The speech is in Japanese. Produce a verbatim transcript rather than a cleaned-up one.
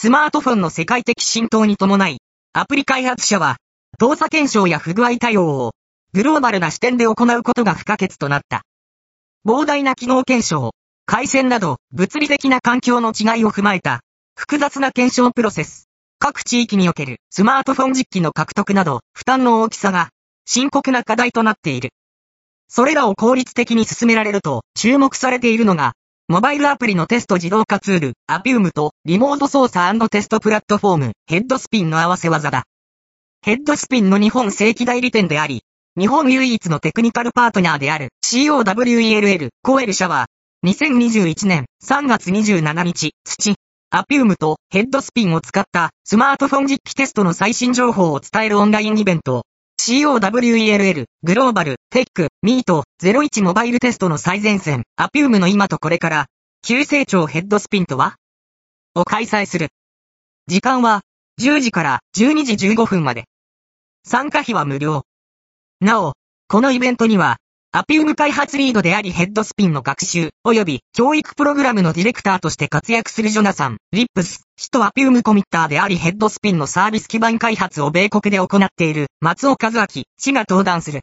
スマートフォンの世界的浸透に伴い、アプリ開発者は、動作検証や不具合対応を、グローバルな視点で行うことが不可欠となった。膨大な機能検証、回線など、物理的な環境の違いを踏まえた、複雑な検証プロセス、各地域におけるスマートフォン実機の獲得など、負担の大きさが、深刻な課題となっている。それらを効率的に進められると、注目されているのが、モバイルアプリのテスト自動化ツール、アピウムと、リモート操作&テストプラットフォーム、ヘッドスピンの合わせ技だ。ヘッドスピンの日本正規代理店であり、日本唯一のテクニカルパートナーである シーオーダブリューイーエルエル コエル社は、にせんにじゅういちねんさんがつにじゅうしちにち、土、アピウムとヘッドスピンを使ったスマートフォン実機テストの最新情報を伝えるオンラインイベント、シーオーダブリューイーエルエル グローバルテックミートゼロイチモバイルテストの最前線、アピウムの今とこれから、急成長ヘッドスピンとはを開催する。時間はじゅうじからじゅうにじじゅうごふんまで。参加費は無料。なお、このイベントには、アピウム開発リードでありヘッドスピンの学習及び教育プログラムのディレクターとして活躍するジョナサン・リップス氏とアピウムコミッターでありヘッドスピンのサービス基盤開発を米国で行っている松尾和明氏が登壇する。